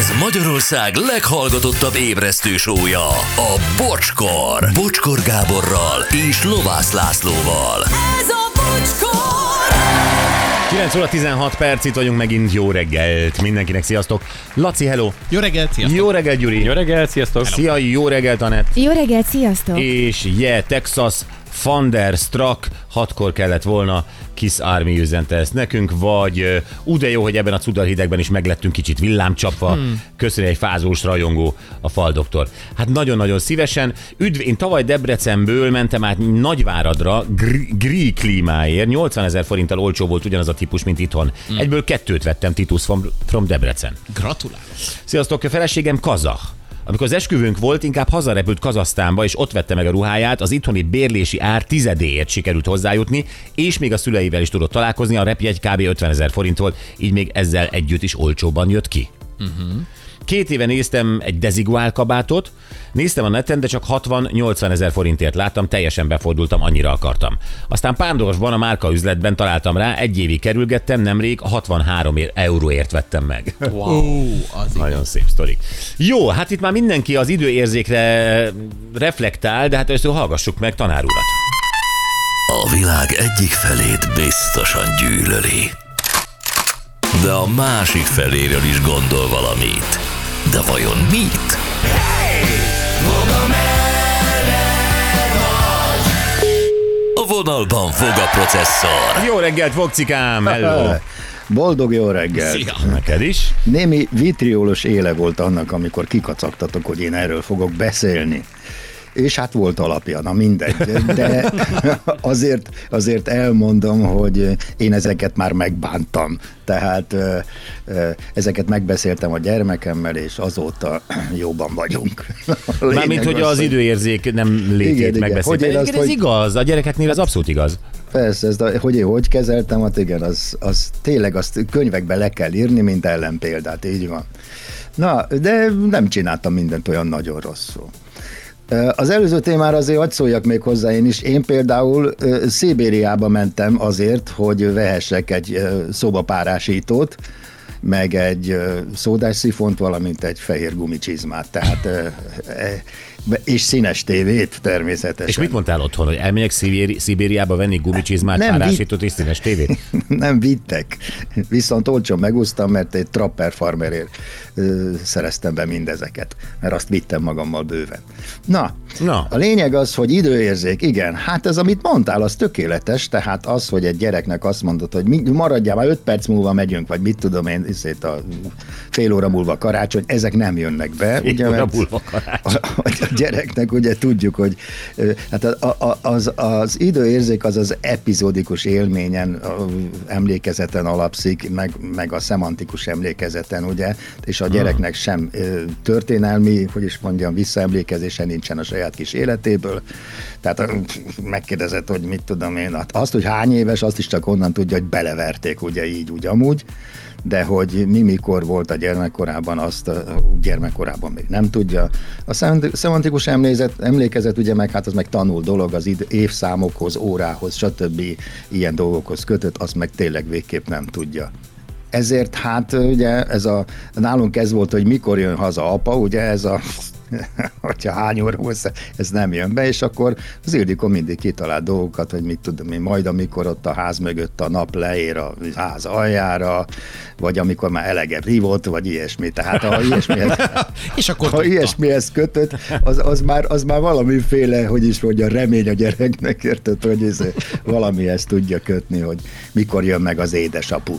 Ez Magyarország leghallgatottabb ébresztő show-ja, a Bocskor. Bocskor Gáborral és Lovász Lászlóval. Ez a Bocskor! 9 óra 16 perc, itt vagyunk megint, jó reggelt mindenkinek, sziasztok! Laci, hello! Jó reggelt, sziasztok! Jó reggelt, Gyuri! Jó reggelt, sziasztok! Szia, jó reggelt, Anett! Jó reggelt, sziasztok! És Texas Thunderstruck, 6-kor kellett volna, Kiss Army üzente ezt nekünk, vagy de jó, hogy ebben a cudarhidegben is meglettünk kicsit villámcsapva, köszöni egy fázós rajongó, a Faldoktor. Hát nagyon-nagyon szívesen. Én tavaly Debrecenből mentem át Nagyváradra Gree klímáért, 80 000 forinttal olcsó volt ugyanaz a típus, mint itthon. Egyből 2 vettem, Titus from Debrecen. Gratulálok! Sziasztok, a feleségem kazah. Amikor az esküvőnk volt, inkább hazarepült Kazahsztánba, és ott vette meg a ruháját, az itthoni bérlési ár tizedéért sikerült hozzájutni, és még a szüleivel is tudott találkozni, a repjegy kb. 50 000 forint volt, így még ezzel együtt is olcsóban jött ki. 2 éve néztem egy Desigual kabátot, néztem a neten, de csak 60-80 000 forintért láttam, teljesen befordultam, annyira akartam. Aztán Pándorosban a márka üzletben találtam rá, 1 évig kerülgettem, nemrég 63 euróért vettem meg. Wow, az Nagyon szép sztori. Jó, hát itt már mindenki az időérzékre reflektál, de hát először hallgassuk meg tanár urat. A világ egyik felét biztosan gyűlöli, de a másik feléről is gondol valamit. De vajon mit? A vonalban fog a processzor. Jó reggelt, Vokcikám! Hello! Boldog jó reggel! Szia! Neked is? Némi vitriólos éle volt annak, amikor kikacagtatok, hogy én erről fogok beszélni. És hát volt alapja, na mindegy. De azért elmondom, hogy én ezeket már megbántam. Tehát ezeket megbeszéltem a gyermekemmel, és azóta jóban vagyunk. Mármint, hogy az időérzék nem létét megbeszéltem. Ez igaz, a gyerekeknél az abszolút igaz. Persze, hogy én hogy kezeltem, hát igen, az tényleg azt könyvekbe le kell írni, mint ellenpéldát, így van. Na, de nem csináltam mindent olyan nagyon rosszul. Az előző témára azért hadd szóljak még hozzá én is. Én például Szibériába mentem azért, hogy vehessek egy szobapárásítót, meg egy szódás szifont, valamint egy fehér gumicsizmát. Tehát, és színes tévét természetesen. És mit mondtál otthon, hogy elmegyek Szibériába venni gumicsizmát, párásítót és színes tévét? Nem vittek. Viszont olcsón megúsztam, mert egy Trapper Farmerért szereztem be mindezeket, mert azt vittem magammal bőven. Na, a lényeg az, hogy időérzék, igen, hát ez, amit mondtál, az tökéletes, tehát az, hogy egy gyereknek azt mondod, hogy maradjál, már 5 perc múlva megyünk, vagy mit tudom én, a fél óra múlva karácsony, ezek nem jönnek be. Fél óra múlva karácsony. A gyereknek ugye tudjuk, hogy hát az időérzék az epizódikus élményen, emlékezeten alapszik, meg a szemantikus emlékezeten, ugye, és a gyereknek sem történelmi, hogy is mondjam, visszaemlékezése nincsen a saját kis életéből. Tehát megkérdezett, hogy mit tudom én, azt, hogy hány éves, azt is csak onnan tudja, hogy beleverték, ugye így, úgy amúgy, de hogy mikor volt a gyermekkorában, azt gyermekkorában még nem tudja. A szemantikus emlékezet, ugye meg hát az meg tanul dolog, az évszámokhoz, órához, stb. Ilyen dolgokhoz kötött, azt meg tényleg végképp nem tudja. Ezért hát ugye nálunk ez volt, hogy mikor jön haza apa, ugye hogyha hány óra volt, ez nem jön be, és akkor az Ildikó mindig kitalál dolgokat, hogy mit tudom én, majd amikor ott a ház mögött a nap leér a ház aljára, vagy amikor már elegebb rívott, vagy ilyesmi. Tehát ha ilyesmihez kötött, az már valamiféle, hogy is mondja, remény a gyereknek, érted, hogy valamihez tudja kötni, hogy mikor jön meg az édesapu.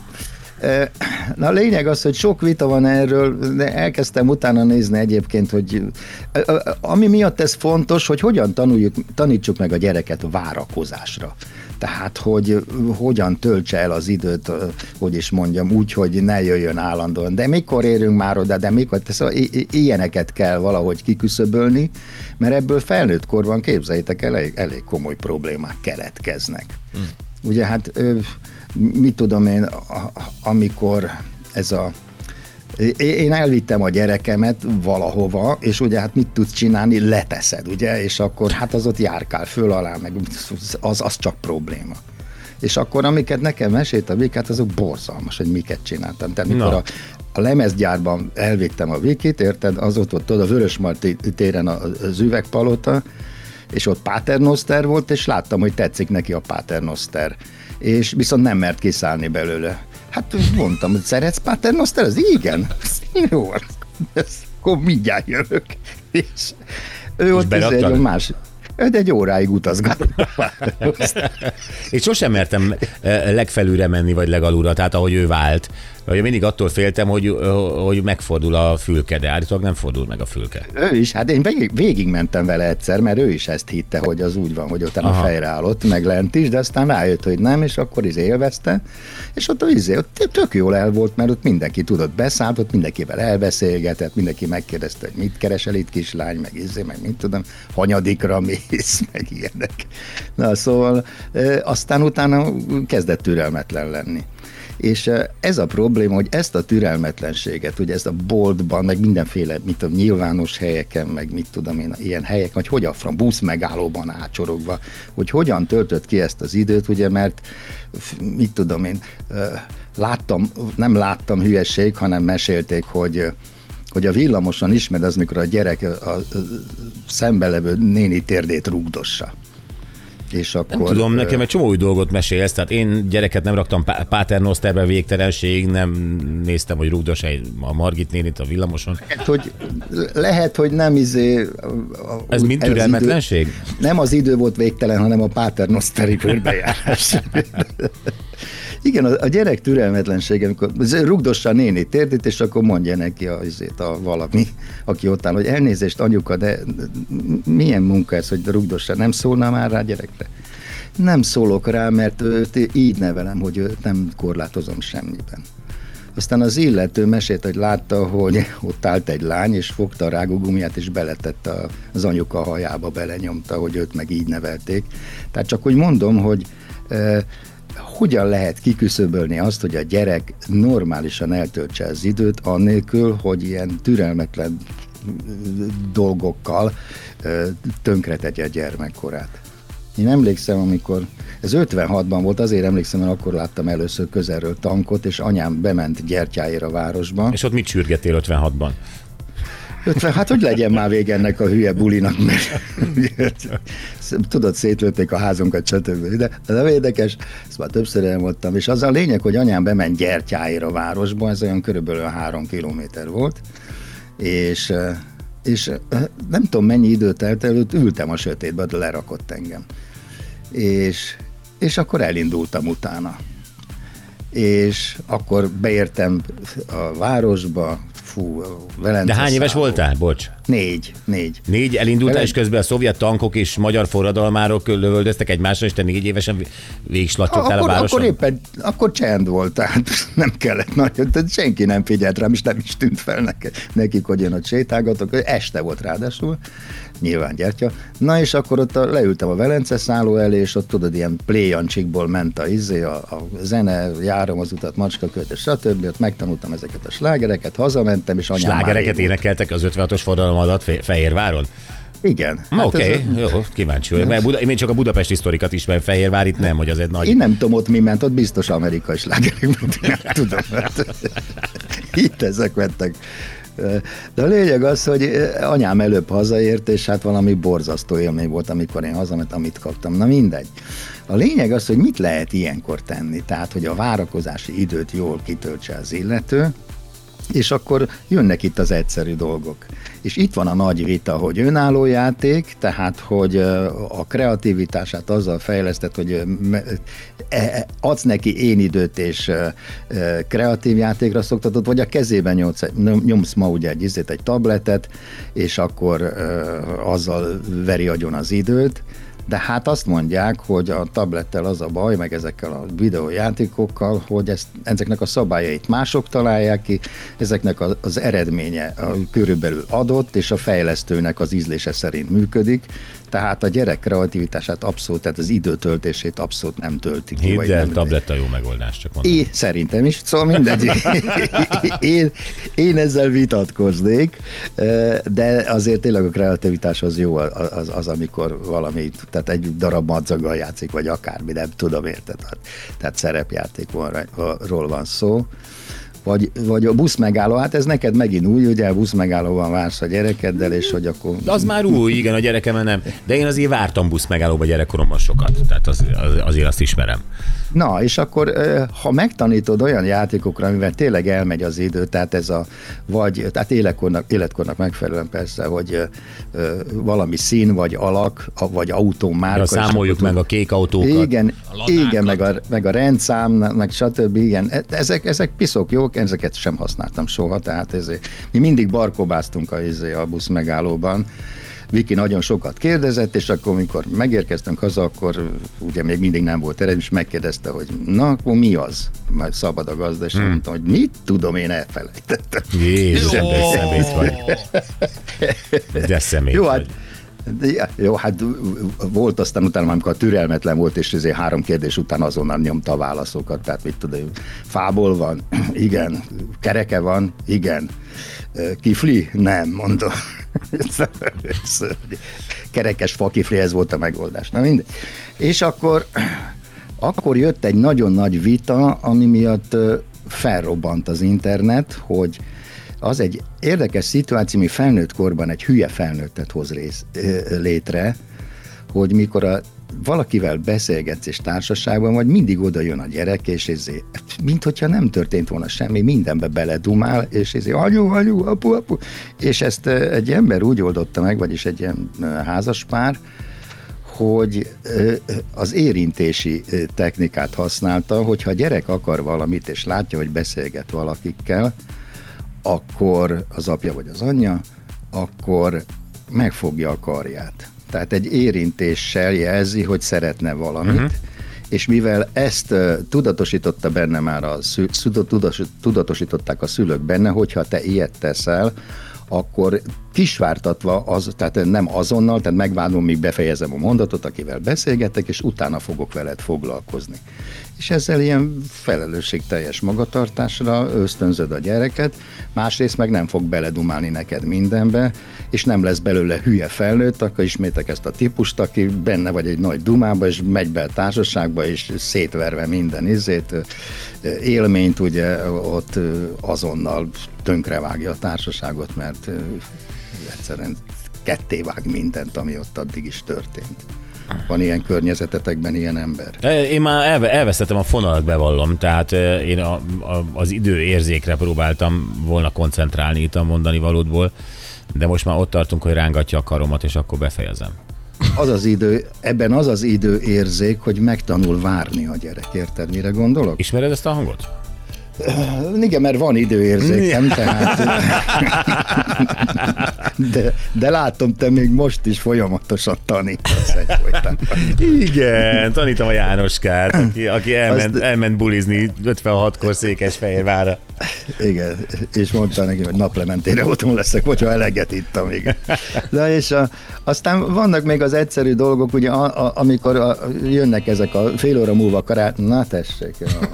Na a lényeg az, hogy sok vita van erről, de elkezdtem utána nézni egyébként, hogy ami miatt ez fontos, hogy hogyan tanítsuk meg a gyereket várakozásra. Tehát, hogy hogyan töltse el az időt, hogy is mondjam, úgy, hogy ne jöjjön állandóan. De mikor érünk már oda, de mikor? Szóval ilyeneket kell valahogy kiküszöbölni, mert ebből felnőtt korban, képzeljétek, elég komoly problémák keletkeznek. Ugye hát, mit tudom én, amikor én elvittem a gyerekemet valahova, és ugye hát mit tudsz csinálni, leteszed, ugye, és akkor hát az ott járkál föl alá, meg az csak probléma. És akkor amiket nekem mesélt a Vikát, azok borzalmas, hogy miket csináltam. Tehát mikor a lemezgyárban elvittem a Vikit, érted, az ott a Vörösmarty téren az üvegpalota, és ott Paternoster volt, és láttam, hogy tetszik neki a Paternoster. És viszont nem mert kiszállni belőle. Hát mondtam, hogy szeretsz Paternoster? Az igen. Jó, akkor mindjárt jövök. És ő ott egy más... egy óráig utazgatott. Én sosem mertem legfelülre menni, vagy legalulra, tehát ahogy ő vált. Vagy mindig attól féltem, hogy megfordul a fülke, de állítólag nem fordul meg a fülke. Ő is, hát én végig mentem vele egyszer, mert ő is ezt hitte, hogy az úgy van, hogy ott a fejre állott, meg lent is, de aztán rájött, hogy nem, és akkor élvezte, és ott ott tök jól el volt, mert ott mindenki tudott, beszállt, ott mindenkivel elbeszélgetett, mindenki megkérdezte, hogy mit keresel itt kislány, meg mit tudom, hanyadikra mész, meg ilyenek. Na szóval aztán utána kezdett türelmetlen lenni. És ez a probléma, hogy ezt a türelmetlenséget, ugye ezt a boltban, meg mindenféle, nyilvános helyeken, meg mit tudom én, ilyen helyek, vagy hogy a busz megállóban ácsorogva, hogy hogyan töltött ki ezt az időt, ugye, mert mit tudom én, nem láttam hülyeség, hanem mesélték, hogy a villamoson ismered az, mikor a gyerek a szembelevő néni térdét rúgdossa. És akkor, nem tudom, nekem egy csomó új dolgot mesélsz, tehát én gyereket nem raktam Paternosterbe végtelenség, nem néztem, hogy rúgdos a Margit nénit a villamoson. Lehet, hogy nem Ez mind türelmetlenség? Nem az idő volt végtelen, hanem a Paternosteri körbejárás. Igen, a gyerek türelmetlensége, amikor rugdossa a néni térdét, és akkor mondja neki valami, aki ott áll, hogy elnézést anyuka, de milyen munka ez, hogy rugdossa, nem szólna már rá gyerekre? Nem szólok rá, mert őt így nevelem, hogy őt nem korlátozom semmiben. Aztán az illető mesélt, hogy látta, hogy ott állt egy lány, és fogta a rágógumiját, és beletette az anyuka hajába, belenyomta, hogy őt meg így nevelték. Tehát csak úgy mondom, hogy hogyan lehet kiküszöbölni azt, hogy a gyerek normálisan eltöltse az időt, annélkül, hogy ilyen türelmetlen dolgokkal tönkretegye a gyermekkorát. Én emlékszem, amikor, ez 56-ban volt, azért emlékszem, mert akkor láttam először közelről tankot, és anyám bement Gyertyáért a városba. És ott mit sürgettél 56-ban? Hát hogy legyen már vége ennek a hülye bulinak, mert tudod, szétlőtték a házunkat, stb. De nem érdekes, ezt már többször elmondtam, és az a lényeg, hogy anyám bement Gyertyáért a városba, ez olyan körülbelül 3 kilométer volt, és nem tudom mennyi időt előtt ültem a sötétbe, de lerakott engem. És akkor elindultam utána. És akkor beértem a városba, Velence. De hány éves voltál? Bocs. 4. 4 elindultál, és közben a szovjet tankok és magyar forradalmárok lövöldöztek egymásra, és te 4 évesen végigslatyogtál a városon? Akkor csend volt, tehát nem kellett nagyon, tehát senki nem figyelt rám, és nem is tűnt fel nekik, hogy én ott sétálgatok. Este volt ráadásul, nyilván gyertya. Na és akkor ott leültem a Velence szálló elé, és ott tudod, ilyen pléjancsikból ment a zene, járom az utat, macskakölt, és stb. Ott megtanultam ezeket a slágereket, hazamentem, és anyám slágereket énekeltek az 56-os forradalom alatt Fehérváron? Igen. Hát oké, jó, kíváncsi vagyok. Mert én csak a budapesti sztorikat ismerem, Fehérvár itt nem, hogy az egy nagy... Én nem tudom ott mi ment, ott biztos amerikai slágerek, nem tudom, mert itt ezek mentek. De a lényeg az, hogy anyám előbb hazaért, és hát valami borzasztó élmény volt, amikor én hazament, amit kaptam. Na mindegy. A lényeg az, hogy mit lehet ilyenkor tenni, tehát, hogy a várakozási időt jól kitöltse az illető, és akkor jönnek itt az egyszerű dolgok. És itt van a nagy vita, hogy önálló játék, tehát, hogy a kreativitását azzal fejlesztett, hogy adsz neki én időt, és kreatív játékra szoktatod, vagy a kezében nyomsz ma ugye egy tabletet, és akkor azzal veri agyon az időt. De hát azt mondják, hogy a tablettel az a baj, meg ezekkel a videójátékokkal, hogy ezeknek a szabályait mások találják ki, ezeknek az eredménye körülbelül adott, és a fejlesztőnek az ízlése szerint működik, tehát a gyerek kreativitását abszolút, tehát az időtöltését abszolút nem tölti ki. Hidd el, tabletta jó megoldás, csak mondom. Szerintem is, szóval mindegy. Én ezzel vitatkoznék, de azért tényleg a kreativitás az jó, az amikor valami, tehát egy darab madzaggal játszik, vagy akármi, nem tudom, érted? Tehát szerepjátékról van szó. vagy a buszmegálló, hát ez neked megint új, ugye a buszmegállóban vársz a gyerekeddel, és hogy akkor... De az már új, igen, a gyerekemmel nem. De én azért vártam buszmegállóba gyerekkoromban sokat, tehát azért azt ismerem. Na, és akkor ha megtanítod olyan játékokra, amivel tényleg elmegy az idő, tehát ez tehát életkornak megfelelően persze, hogy valami szín, vagy alak, vagy autómárka. Számoljuk meg a kék autókat. Igen, meg a rendszám, meg stb. Igen. Ezek piszok jók, ezeket sem használtam soha, tehát mi mindig barkobáztunk a busz megállóban. Viki nagyon sokat kérdezett, és akkor, amikor megérkeztünk haza, akkor ugye még mindig nem volt eredmény, és megkérdezte, hogy na, akkor mi az? Majd szabad a gazda, és mondtam, hogy mit tudom, én elfelejtettem. Jézusom, de szemét vagy. De szemét jó, vagy. Jó, hát volt aztán utána, amikor türelmetlen volt, és 3 kérdés után azonnal nyomta a válaszokat, tehát mit tudom, fából van? Igen. Kereke van? Igen. Kifli? Nem, mondom. Kerekes fakifli, ez volt a megoldás. Na mindegy. És akkor jött egy nagyon nagy vita, ami miatt felrobbant az internet, hogy az egy érdekes szituáció, ami felnőtt korban egy hülye felnőttet hoz létre, hogy mikor valakivel beszélgetsz és társaságban vagy, mindig oda jön a gyerek, és mint hogyha nem történt volna semmi, mindenbe beledumál, és anyu, apu. És ezt egy ember úgy oldotta meg, vagyis egy ilyen házaspár, hogy az érintési technikát használta, hogyha a gyerek akar valamit, és látja, hogy beszélget valakikkel, akkor az apja vagy az anyja, akkor megfogja a karját. Tehát egy érintéssel jelzi, hogy szeretne valamit, és mivel ezt tudatosította benne már tudatosították a szülők benne, hogyha te ilyet teszel, akkor kisvártatva, tehát nem azonnal, tehát megvárom, míg befejezem a mondatot, akivel beszélgetek, és utána fogok veled foglalkozni. És ezzel ilyen felelősségteljes magatartásra ösztönzöd a gyereket, másrészt meg nem fog beledumálni neked mindenbe, és nem lesz belőle hülye felnőtt, akkor ismétek ezt a típust, aki benne vagy egy nagy dumába, és megy be a társaságba, és szétverve minden élményt, ugye ott azonnal tönkrevágja a társaságot, mert egyszerűen kettévág mindent, ami ott addig is történt. Van ilyen környezetetekben ilyen ember? Én már elvesztettem a fonalat, bevallom, tehát én az időérzékre próbáltam volna koncentrálni itt a mondani valódból, de most már ott tartunk, hogy rángatja a karomat, és akkor befejezem. Ebben az az időérzék, hogy megtanul várni a gyerek, érted, mire gondolok? Ismered ezt a hangot? Igen, mert van időérzékem, tehát... De látom, te még most is folyamatosan tanítasz egyfolytán. Igen, tanítom a Jánoskát, aki elment bulizni 56-kor Székesfehérvárra. Igen, és mondta neki, hogy naplementére otthon leszek, hogyha eleget ittam, igen. De és aztán vannak még az egyszerű dolgok, ugye, amikor jönnek ezek a fél óra múlva na tessék,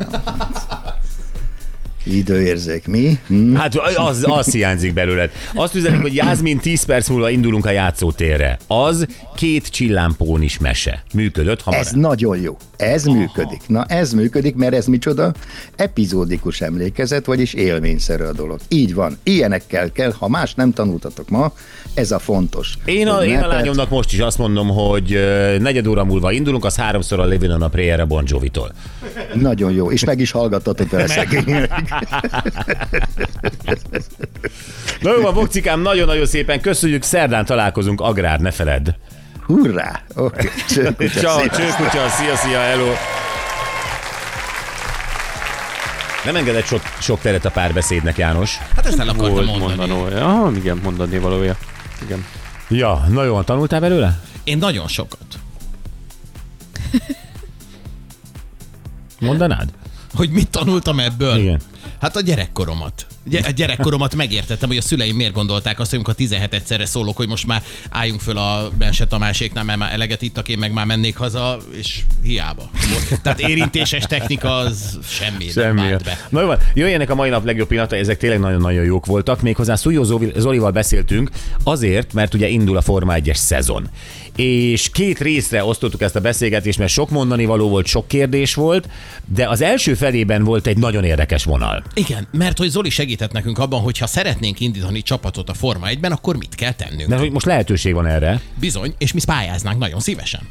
időérzék, mi? Hát az hiányzik belőled. Azt üzenik, hogy Jászmin, 10 perc múlva indulunk a játszótérre. Az 2 csillámpón is mese. Működött hamar. Ez nagyon jó. Ez működik. Na ez működik, mert ez micsoda? Epizódikus emlékezet, vagyis élményszerű a dolog. Így van. Ilyenekkel kell, ha más nem tanultatok ma, ez a fontos. Én a lányomnak most is azt mondom, hogy 4 óra múlva indulunk, az 3-szor a Living on a Prayer a Bon Jovitól. Nagyon jó. És meg is hallgattatok vele szegények. Na jó, a Bokcikám, nagyon-nagyon szépen köszönjük, szerdán találkozunk, Agrár, ne feledd. Hurrá! Oké. Csőkutya, szia, hello. Nem engedett sok teret a párbeszédnek, János. Hát ezt el akartam mondani. Igen, mondani valója. Igen. Ja, na jó, tanultál belőle? Én nagyon sokat. Mondanád? Hogy mit tanultam ebből? Igen. Hát a gyerekkoromat. A gyerekkoromat megértettem, hogy a szüleim miért gondolták azt, hogy amikor 17 egyszerre szólok, hogy most már álljunk föl a Bense Tamáséknál, mert már eleget ittak, én meg már mennék haza, és hiába. Tehát érintéses technika az semmi nem vált be. Na jó, jöjjenek a mai nap legjobb pillanata, ezek tényleg nagyon-nagyon jók voltak. Méghozzá Szújó Zolival beszéltünk azért, mert ugye indul a Forma 1-es szezon. És 2 részre osztottuk ezt a beszélgetést, mert sok mondani való volt, sok kérdés volt, de az első felében volt egy nagyon érdekes vonal. Igen, mert hogy Zoli segített nekünk abban, hogy ha szeretnénk indítani csapatot a Forma 1-ben, akkor mit kell tennünk? De hogy most lehetőség van erre. Bizony, és mi pályáznánk nagyon szívesen.